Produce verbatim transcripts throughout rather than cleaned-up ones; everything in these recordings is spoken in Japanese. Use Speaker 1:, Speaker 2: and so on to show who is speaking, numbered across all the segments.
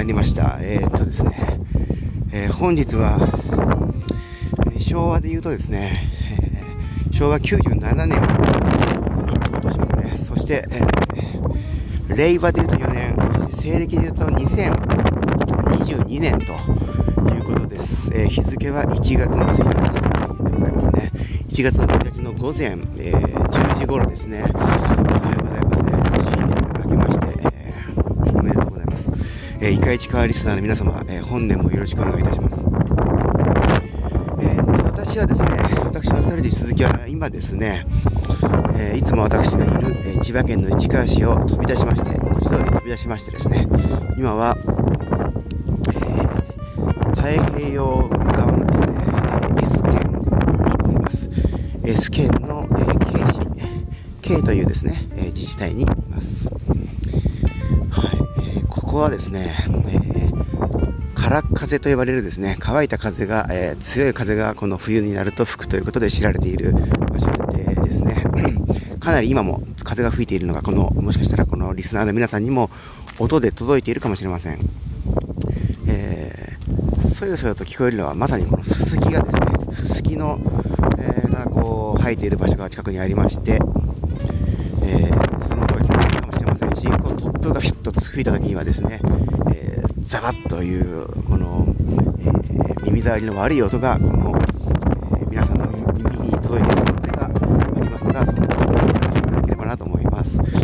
Speaker 1: りました。えー、っとですね、えー、本日は昭和で言うとですね、えー、昭和きゅうじゅうななねんに相当しますね。そして、えー、令和で言うとよねん、そして西暦で言うとにせんにじゅうにねんということです。えー、日付はいちがつのついたちでございますね。いちがつのついたちの午前、えー、じゅうじ頃ですね。おはようございますね。新年明けまして、えー、おめでとうございます。えー、いかいちかわリスナーの皆様、えー、本年もよろしくお願いいたします。えー、っと私はですね、私のサルディ鈴木は今ですね、えー、いつも私がいる、えー、千葉県の市川市を飛び出しまして、文字通り飛び出しましてですね、今は、えー、太平洋側のですね、S 県におります。S 県の、えー、K 市、K というですね、えー、自治体にいます。はい、えー、ここはですね、えー、空風と呼ばれるですね、乾いた風が、えー、強い風がこの冬になると吹くということで知られている場所でですね、かなり今も風が吹いているのが、このもしかしたらこのリスナーの皆さんにも音で届いているかもしれません。えー、そよそよと聞こえるのはまさにこのススキがですね、ススキの、えー、がこう生えている場所が近くにありまして、えー、その音が聞こえるかもしれませんし、こう突風がピュッと吹いた時にはですね、えー、ザバッというこの、えー、耳障りの悪い音がこの、えー、皆さんの耳に届いている可能性がありますが、そのことをお話しいただければなと思います。簡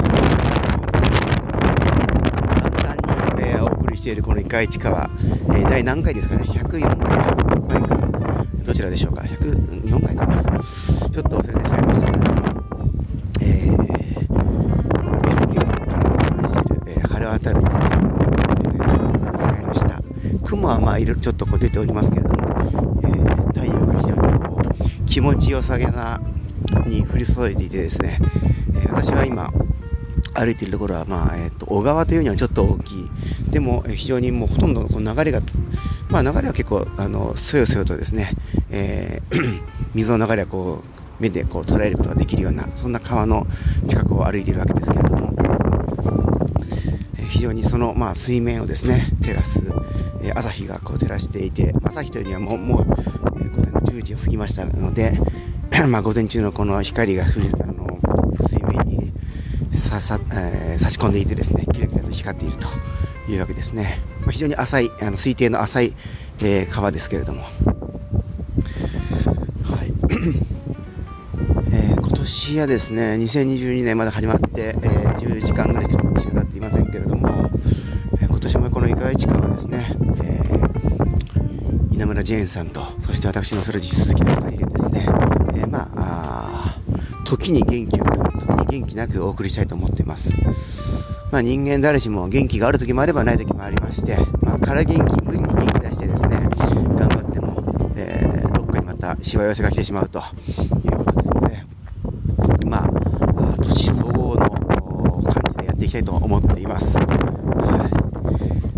Speaker 1: 単に、えー、お送りしているこのいかいちかわ、えー、第何回ですかね、ひゃくよんかい、ひゃくごかいか、どちらでしょうか、ひゃくよんかいかな、ちょっと忘れてしまいましたけど、えー、S 県からお送りしている、えー、晴れ渡るですね、この、えー、スカイの下、雲はまあいるちょっとこう出ておりますけれども、えー、太陽が非常にこう気持ちよさげなに降り注いでいてですね、えー、私は今歩いているところは、まあえー、と小川というにはちょっと大きい、でも、えー、非常にもうほとんどこう流れが、まあ、流れは結構あのそよそよとですね、えー、水の流れはこう目でこう捉えることができるような、そんな川の近くを歩いているわけですけれども、えー、非常にその、まあ、水面をですね照らす、えー、朝日がこう照らしていて、朝日というにはもう、もう、えー、午前のじゅうじを過ぎましたのでまあ午前中のこの光が降りあの水面にささ、えー、差し込んでいてですね、キラキラと光っているというわけですね。まあ、非常に浅いあの水底の浅い、えー、川ですけれども、はいえー、今年はですねにせんにじゅうにねんまで始まって、えー、じゅうじかんぐらいしか経っていませんけれども、えー、今年もこのいかいちかわはですね、えー、稲村ジェーンさんと、そして私のそれ鈴木のふたりでですね、えー、まああ時に元気よく、時に元気なくお送りしたいと思っています。まあ、人間誰しも元気がある時もあればない時もありまして、まあ、から元気、無理に元気出してですね頑張っても、えー、どっかにまたしわ寄せが来てしまうということですので、まあ年相応の感じでやっていきたいと思っています。はい、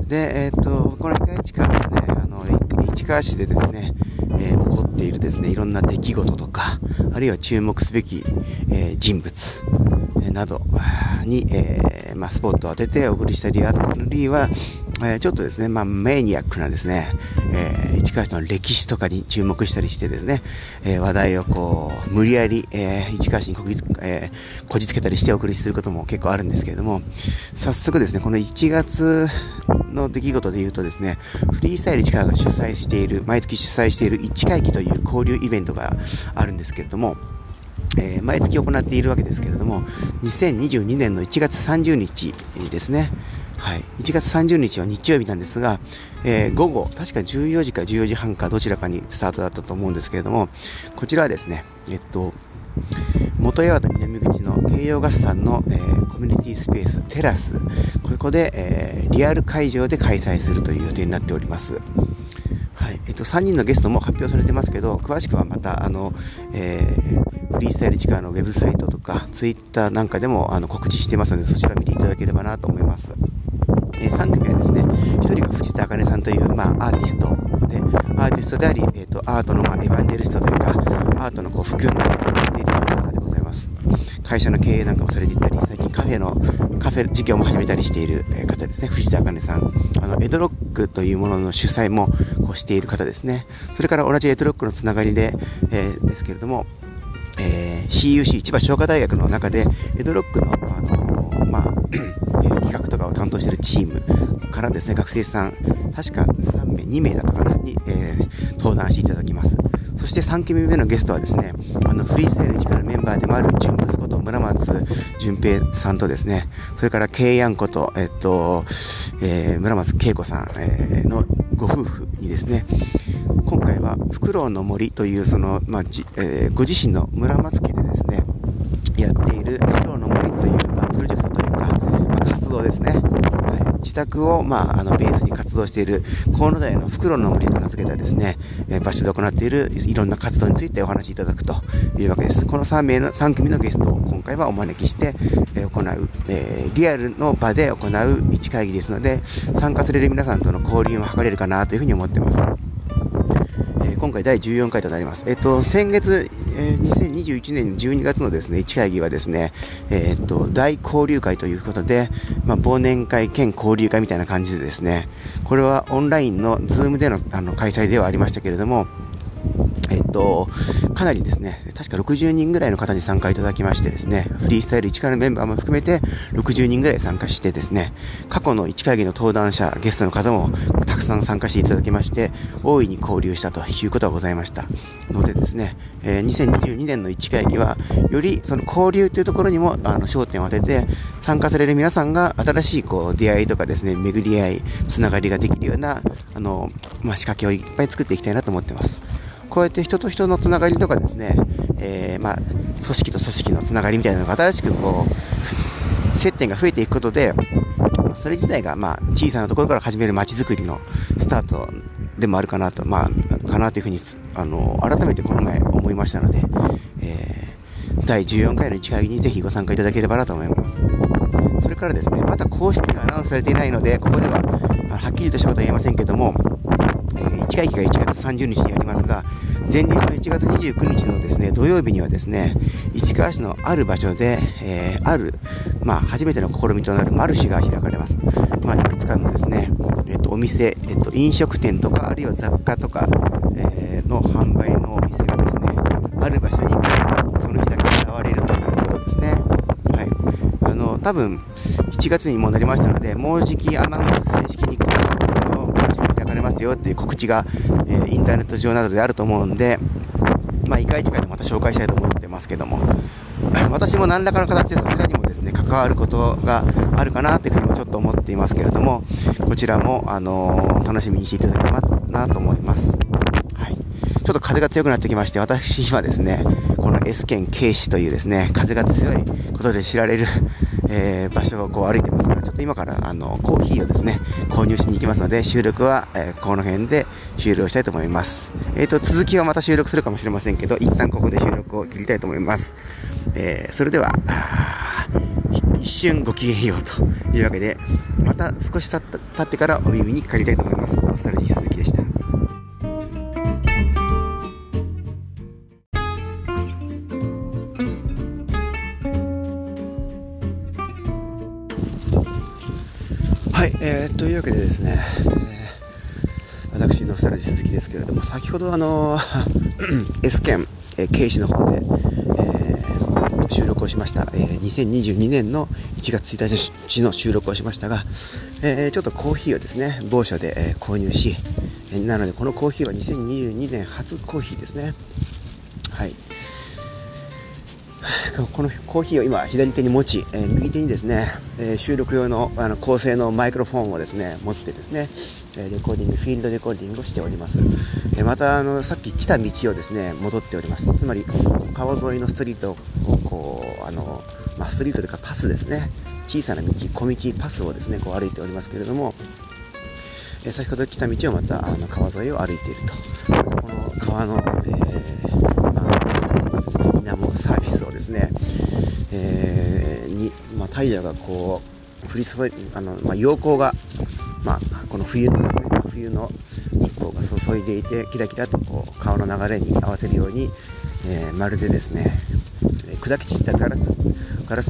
Speaker 1: で、えー、っとこのいかいちかわですね、あの市川市でですね、えー、起こっているですねいろんな出来事とか、あるいは注目すべき、えー、人物、えー、などに、えーまあ、スポットを当ててお送りしたりあるいは、えー、ちょっとですね、まあ、メニアックなですね、えー、市川市の歴史とかに注目したりしてですね、えー、話題をこう無理やり、えー、市川市にこぎつ、えー、こじつけたりしてお送りすることも結構あるんですけれども、早速ですねこのいちがつの出来事でいうとですね、フリースタイル市川が主催している毎月主催している市会議という交流イベントがあるんですけれども、えー、毎月行っているわけですけれども、にせんにじゅうにねんのいちがつさんじゅうにちですね、はい、いちがつさんじゅうにちは日曜日なんですが、えー、午後確かじゅうよじかじゅうよじはんかどちらかにスタートだったと思うんですけれども、こちらはですね、えっと元八幡南口の京葉ガスさんの、えー、コミュニティスペーステラス、ここで、えー、リアル会場で開催するという予定になっております。はいえっと、さんにんのゲストも発表されてますけど、詳しくはまたあの、えー、フリースタイル市川のウェブサイトとかツイッターなんかでもあの告知していますので、そちら見ていただければなと思います。えー、さん組はですね、ひとりが藤田茜さんという、まあ、アーティストでアーティストであり、えー、とアートの、まあ、エヴァンジェリストというか、アートのこう普及の活動をしている方でございます。会社の経営なんかもされていたり、最最近カフェのカフェ事業も始めたりしている方ですね。藤田茜さん、あのエドロックというものの主催もこうしている方ですね。それから同じエドロックのつながりで、えー、ですけれども、えー、シーユーシー 千葉商科大学の中でエドロックの、あのーまあえー、企画とかを担当しているチームからですね、学生さん確かさんめいにめいだったかなに、えー、登壇していただきます。そしてさんきめ目のゲストはですね、あのフリースタイルいちからメンバーでもある純物こと村松純平さんとですね、それからケイヤンこと、えっとえー、村松恵子さん、えー、のご夫婦にですね、今回はフクロウの森というその、まあじえー、ご自身の村松家でですねやっているフクロウの森という、まあ、プロジェクトというか、まあ、活動ですね、はい、自宅を、まあ、あのベースに活動している河野台のフクロウの森と名付けたですね、えー、場所で行っているいろんな活動についてお話しいただくというわけです。このさんめいのさん組のゲストを今回はお招きして、えー、行う、えー、リアルの場で行ういち会議ですので、参加される皆さんとの交流も図れるかなというふうに思っています。今回だいじゅうよんかいとなります。えっと、先月、えー、にせんにじゅういちねんのじゅうにがつのですね、いち会議はですね、えー、っと、大交流会ということで、まあ、忘年会兼交流会みたいな感じでですね、これはオンラインのズームでの、あの開催ではありましたけれども、えっと、かなりですね、確かろくじゅうにんぐらいの方に参加いただきましてですね、フリースタイルいちからのメンバーも含めてろくじゅうにんぐらい参加してですね、過去のいち会議の登壇者、ゲストの方もたくさん参加していただきまして、大いに交流したということがございましたのでですね、えー、にせんにじゅうにねんのいち会議は、よりその交流というところにもあの焦点を当てて、参加される皆さんが新しいこう出会いとかですね、巡り合い、つながりができるような、あの、まあ、仕掛けをいっぱい作っていきたいなと思っています。こうやって人と人のつながりとかですね、えーまあ、組織と組織のつながりみたいなのが新しくこう接点が増えていくことで、それ自体がまあ小さなところから始める街づくりのスタートでもあるかなと、まあ、かなというふうにあの改めてこの前思いましたので、えー、だいじゅうよんかいのいち会議にぜひご参加いただければなと思います。それからですね、まだ公式がアナウンスされていないので、ここでははっきりとしたことは言えませんけども、えー、いち会議がいちがつさんじゅうにちにありますが、前日のいちがつにじゅうくにちのですね、土曜日にはですね、市川市のある場所で、えー、ある、まあ、初めての試みとなるマルシェが開かれます。まあ、いくつかのですね、えっと、お店、えっと、飲食店とか、あるいは雑貨とか、えー、の販売のお店がですね、ある場所にその日だけ現れるということですね。はい。あの、多分、しちがつにもなりましたので、もうじきアナウンス正式にこのマルシェが開かれますよっていう告知が、えー、インターネット上などであると思うんで、まあ、いかいちかいでまた紹介したいと思ってますけども、私も何らかの形でそちらにもですね、関わることがあるかなというふうにもちょっと思っていますけれども、こちらも、あのー、楽しみにしていただければなと思います。はい。ちょっと風が強くなってきまして、私今ですね、この S 県警視というですね、風が強いことで知られる、えー、場所をこう歩いてますが、ちょっと今からあのコーヒーをですね、購入しに行きますので、収録は、えー、この辺で終了したいと思います。えーと、続きはまた収録するかもしれませんけど、一旦ここで収録を切りたいと思います。えー、それでは、一瞬ごきげんようというわけで、また少し経ってからお耳にかかりたいと思います。ノスタルジー鈴木でした。はい、えー、というわけでですね、えー、私ノスタルジー鈴木ですけれども、先ほどあの S 県、えー、警視の方で、えー、収録をしました、えー、にせんにじゅうにねんのいちがつついたちの収録をしましたが、えー、ちょっとコーヒーをですね、某所で、えー、購入し、えー、なのでこのコーヒーはにせんにじゅうにねん初コーヒーですね。はい。このコーヒーを今左手に持ち、えー、右手にですね、えー、収録用の、あの高性能マイクロフォンをですね持ってですね、えー、レコーディングフィールドレコーディングをしております。えー、またあのさっき来た道をですね戻っております。つまり川沿いのストリートをこうあの、まあ、ストリートというかパスですね、小さな道、小道パスをですねこう歩いておりますけれども、えー、先ほど来た道をまたあの川沿いを歩いていると。またこの川の、えーまあ水面サーフィスをですね、えー、に、まあ、太陽がこう降り注いあの、まあ、陽光が、まあ、この冬のですね、まあ、冬の日光が注いでいて、キラキラとこう川の流れに合わせるように、えー、まるでですね砕け散ったガラスガラスの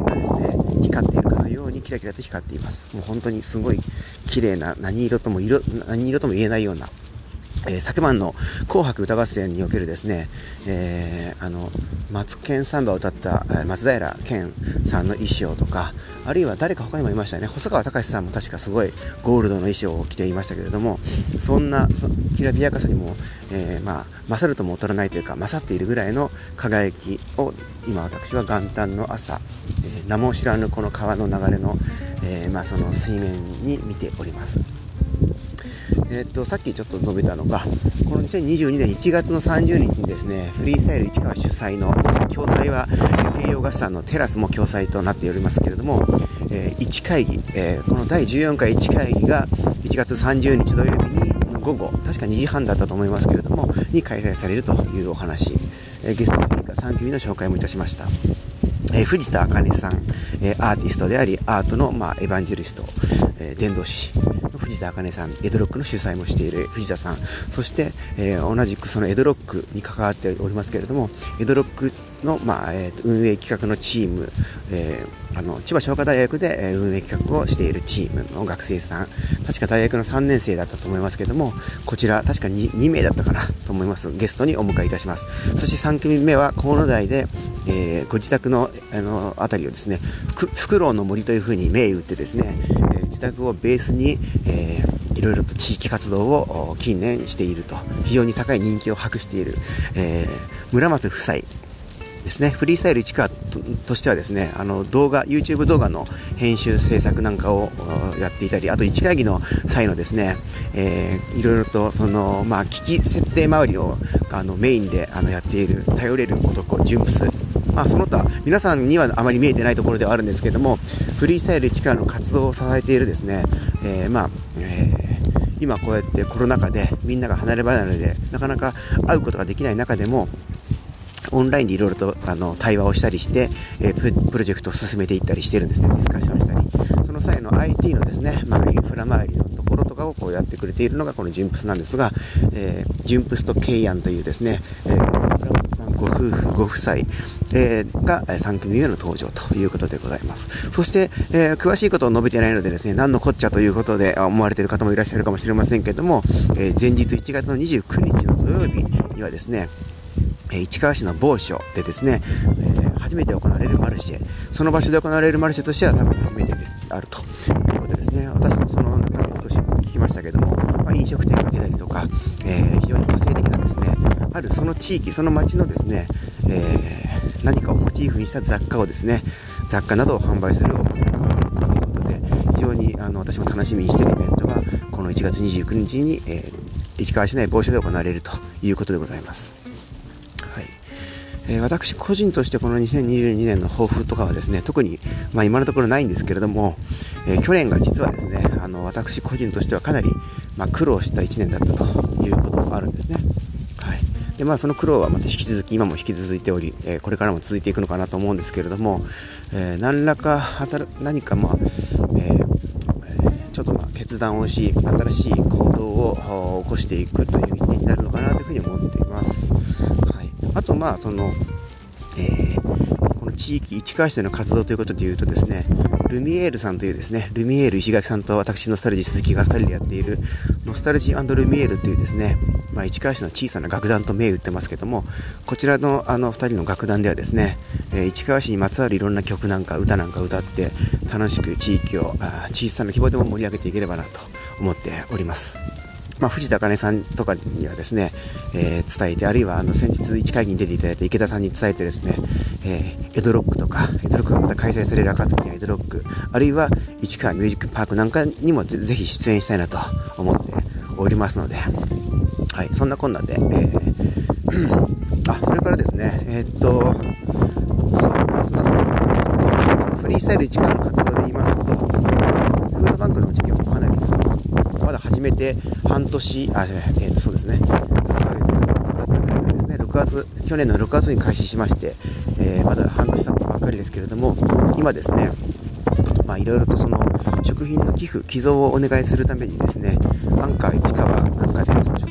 Speaker 1: がですね光っているかのようにキラキラと光っています。もう本当にすごい綺麗な、何色とも色何色とも言えないような、えー、昨晩の紅白歌合戦におけるですね、えー、あの松健サンバを歌った松平健さんの衣装とか、あるいは誰か他にもいましたね、細川たかしさんも確かすごいゴールドの衣装を着ていましたけれども、そんなそきらびやかさにも、えー、まあ勝るとも劣らないというか勝っているぐらいの輝きを今私は元旦の朝、えー、名も知らぬこの川の流れの、えーまあ、その水面に見ております。えー、とさっきちょっと述べたのが、このにせんにじゅうにねんいちがつのさんじゅうにちにですね、フリースタイル市川主催の、そして共催は京葉合算のテラスも共催となっておりますけれども、えー、いち会議、えー、このだいじゅうよんかいいち会議がいちがつさんじゅうにち土曜日に午後、確かにじはんだったと思いますけれどもに開催されるというお話、えー、ゲストスピーカーさん組の紹介もいたしました。えー、藤田茜さん、えー、アーティストでありアートの、まあ、エヴァンジェリスト、えー、伝道師の藤田茜さん、エドロックの主催もしている藤田さん、そして、えー、同じくそのエドロックに関わっておりますけれども、エドロックの、まあえー、運営企画のチーム、えー、あの千葉商科大学で、えー、運営企画をしているチームの学生さん、確か大学のさんねん生だったと思いますけれども、こちら確か 2, に名だったかなと思います。ゲストにお迎えいたします。そしてさん組目は河野台で、えー、ご自宅のあのあたりをですね、フクロウの森というふうに銘打ってですね、えー、自宅をベースに、えー、いろいろと地域活動を近年していると、非常に高い人気を博している、えー、村松夫妻ですね。フリースタイル市川 と, としてはですね、あの動画 YouTube 動画の編集制作なんかをやっていたり、あといち会議の際のですね、えー、いろいろとその、まあ、機器設定周りをあのメインであのやっている頼れる男ジュンプス、まあ、その他皆さんにはあまり見えてないところではあるんですけれども、フリースタイル市川の活動を支えているですね、えーまあえー、今こうやってコロナ禍でみんなが離れ離れでなかなか会うことができない中でも、オンラインでいろいろとあの対話をしたりして、えー、プロジェクトを進めていったりしてるんですね。ディスカッションしたり、その際の アイティー のですね、まあ、インフラ周りのところとかをこうやってくれているのがこのジュンプスなんですが、えー、ジュンプスとケイアンというですね、えー、村本さんご夫婦ご夫妻、えー、がさん組目の登場ということでございます。そして、えー、詳しいことを述べていないのでですね、何のこっちゃということで思われている方もいらっしゃるかもしれませんけれども、えー、前日いちがつのにじゅうくにちの土曜日にはですね、市川市の某所でですね、えー、初めて行われるマルシェ、その場所で行われるマルシェとしては多分初めてであるということですね。私もその中身を少し聞きましたけども、まあ、飲食店が出たりとか、えー、非常に個性的なですね、あるその地域その町のですね、えー、何かをモチーフにした雑貨をですね、雑貨などを販売するお店が変わっているということで、非常にあの私も楽しみにしているイベントがこのいちがつにじゅうくにちに、えー、市川市内某所で行われるということでございます。はい、えー、私個人としてこのにせんにじゅうにねんの抱負とかはですね、特に、まあ、今のところないんですけれども、えー、去年が実はですね、あの私個人としてはかなり、まあ、苦労したいちねんだったということがあるんですね。はい、でまあ、その苦労はまた引き続き今も引き続いており、えー、これからも続いていくのかなと思うんですけれども、えー、何らか何か、まあえー、ちょっとまあ決断をし、新しい行動を起こしていくといういちねんになるのかなというふうに思っています。はい、あとまあその、えー、この地域市川市での活動ということでいうとですね、ルミエールさんというですね、ルミエール石垣さんと私ノスタルジー鈴木がふたりでやっているノスタルジー&ルミエールというですね、まあ、市川市の小さな楽団と銘打ってますけども、こちらのあのふたりの楽団ではですね、えー、市川市にまつわるいろんな曲なんか歌なんか歌って楽しく地域をあ小さな規模でも盛り上げていければなと思っております。まあ、藤田茜さんとかにはですね、えー、伝えて、あるいはあの先日市会議に出ていただいた池田さんに伝えてですね、えー、エドロックとかエドロックがまた開催される暁にはエドロック、あるいは市川ミュージックパークなんかにも ぜ, ぜひ出演したいなと思っておりますので、はい、そんなこんなで、えー、あそれからですね、えー、っとそうですね、そのとフリースタイル市川の活動で言いますと、フードバンクの事業もかなりそのまだ始めて半年、あ、えー、とそうですね、ろっかげつ経ったぐらいなんですね。ろくがつ、去年のろくがつに開始しまして、えー、まだ半年経ったばっかりですけれども、今ですね、まあいろいろとその食品の寄付寄贈をお願いするためにですね、アンカー市川なんかでその食品の寄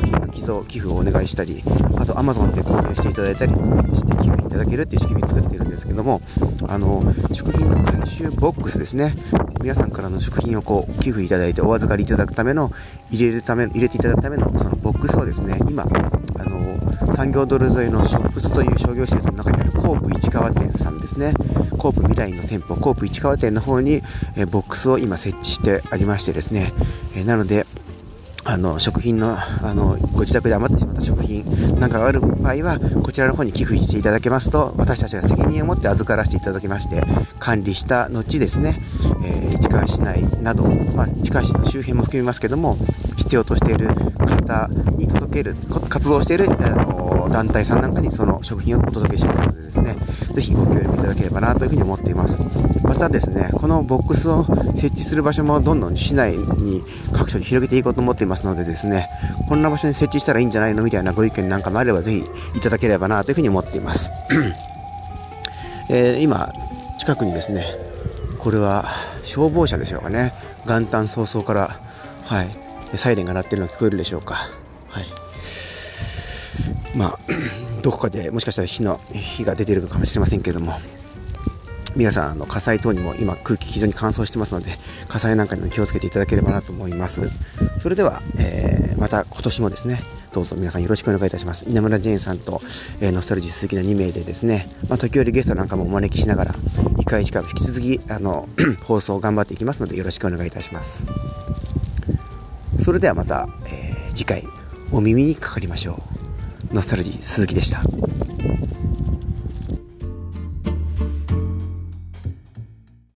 Speaker 1: と寄付をお願いしたり、あと アマゾン で購入していただいたりして寄付いただけるっていう仕組みを作っているんですけども、あの食品の回収ボックスですね、皆さんからの食品をこう寄付いただいてお預かりいただくための入れるため入れていただくためのそのボックスをですね、今あの産業道路沿いのショップスという商業施設の中にあるコープ市川店さんですね、コープ未来の店舗コープ市川店の方にえボックスを今設置してありましてですね、えなのであの食品のあのご自宅で余ってしまった食品なんかがある場合はこちらの方に寄付していただけますと、私たちが責任を持って預からせていただきまして管理した後ですね、えー、市川市内など、まあ、市川市の周辺も含みますけども、必要としている方に届ける活動しているあの団体さんなんかにその食品をお届けしますのでですね、ぜひご協力いただければなというふうに思っています。またですね、このボックスを設置する場所もどんどん市内に各所に広げていこうと思っていますのでですね、こんな場所に設置したらいいんじゃないのみたいなご意見なんかもあればぜひいただければなというふうに思っています、えー、今近くにですね、これは消防車でしょうかね、元旦早々から、はい、サイレンが鳴っているのが聞こえるでしょうか。はい、まあどこかでもしかしたら火の火が出ているのかもしれませんけれども、皆さんあの火災等にも今空気非常に乾燥してますので、火災なんかにも気をつけていただければなと思います。それでは、えー、また今年もですね、どうぞ皆さんよろしくお願いいたします。稲村ジェーンさんと、えー、ノスタルジー鈴木のに名でですね、まあ、時折ゲストなんかもお招きしながらいかいちか引き続きあの放送頑張っていきますのでよろしくお願いいたします。それではまた、えー、次回お耳にかかりましょう。ノスタルジー鈴木でした。